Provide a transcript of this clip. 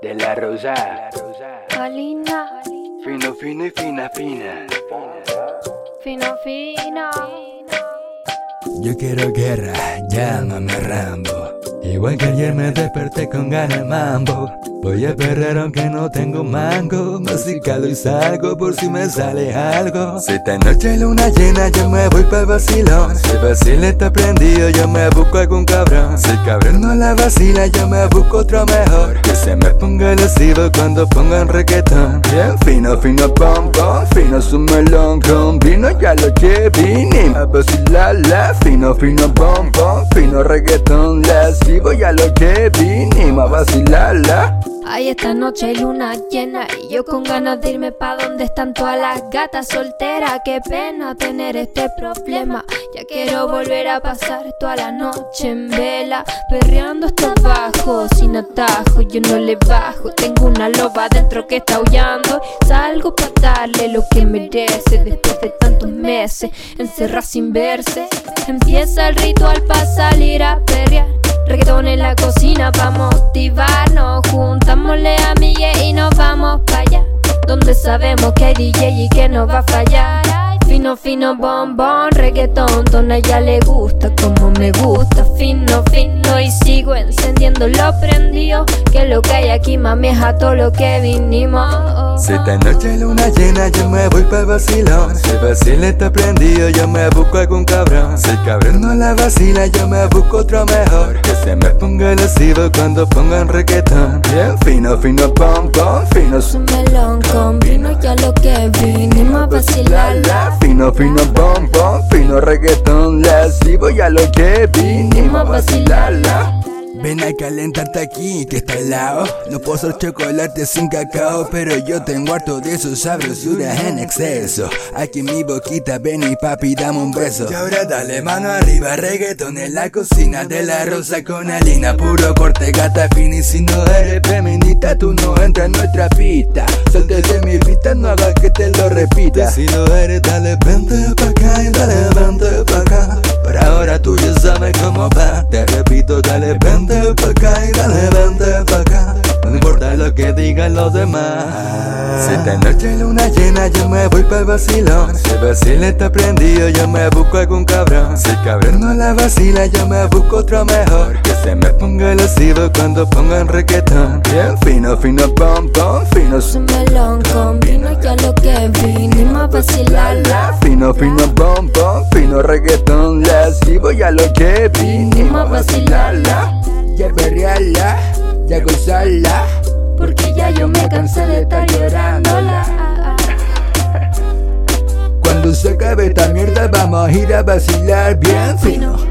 de la Rosa. Alina, Fino, fino y fina, fina. fino, fino. Yo quiero guerra, llámame Rambo. Igual que ayer me desperté con ganas de mambo. Voy a perder aunque no tengo mango. Masticado y salgo por si me sale algo. Si esta noche luna llena yo me voy pa'l vacilón. Si el vacil está prendido yo me busco algún cabrón. Si el cabrón no la vacila yo me busco otro mejor. Que se me ponga lesivo cuando pongan reggaetón. Bien fino, fino pom pom, fino su melón con vino. Ya lo que vinimos a vacilarla. Fino, fino pom pom, fino reggaetón lesivo. Ya lo que vinimos a vacilarla. Ay, esta noche hay luna llena y yo con ganas de irme pa' donde están todas las gatas solteras. Qué pena tener este problema. Ya quiero volver a pasar toda la noche en vela, perreando estos bajos sin atajo. Yo no le bajo, tengo una loba dentro que está aullando. Salgo pa' darle lo que merece después de tantos meses encerrada sin verse. Empieza el ritual pa' salir a perrear. Reggaetón en la cocina pa' motivarnos. Juntámosle amigues y nos vamos pa' allá, donde sabemos que hay DJ y que no va a fallar. Fino, fino, bombón, reggaetón, a ella le gusta como me gusta. Fino, fino y sigo encendiendo lo prendido. Que lo que hay aquí, mami, es a todo lo que vinimos. Si esta noche luna llena yo me voy pa'l vacilón. Si el vacil está prendido yo me busco algún cabrón. Si el cabrón no la vacila yo me busco otro mejor. Que se me ponga lesivo cuando pongan reggaetón. Bien fino, fino pom pom, fino Su melón con vino, ya lo que vinimos a vacilarla. Fino, fino pom pom, fino reggaetón lesivo. Ya lo que vinimos a vacilarla. Ven a calentarte aquí, que está al lado. No puedo hacer chocolate sin cacao, pero yo tengo harto de sus sabrosuras en exceso. Aquí en mi boquita, ven y papi, dame un beso. Y ahora dale mano arriba, reggaetón en la cocina de la Rosa con Alina. Puro corte, gata fina, y si no eres feminista, tú no entras en nuestra pista. Salte de mi vista, no hagas que te lo repita. Si no eres, dale vente pa' acá y dale vente pa' acá. Por ahora tú ya sabes cómo va. Te repito, dale vente pa' acá y dale vente pa' acá. No importa lo que digan los demás. Si esta noche luna llena yo me voy pa'l vacilón. Si el vacil está prendido yo me busco algún cabrón. Si el cabrón no la vacila yo me busco otro mejor. Que se me ponga lesivo cuando pongan reggaetón. Bien fino, fino pom pom, fino Su melón con vino, ya lo que vinimos a vacilarla. Fino, fino pom pom, fino reggaetón lesivo. Ya lo que vinimos a vacilarla. Ya perrearla, ya gozarla. Porque ya yo me cansé de estar llorándola. Cuando se acabe esta mierda vamos a ir a vacilar bien fino.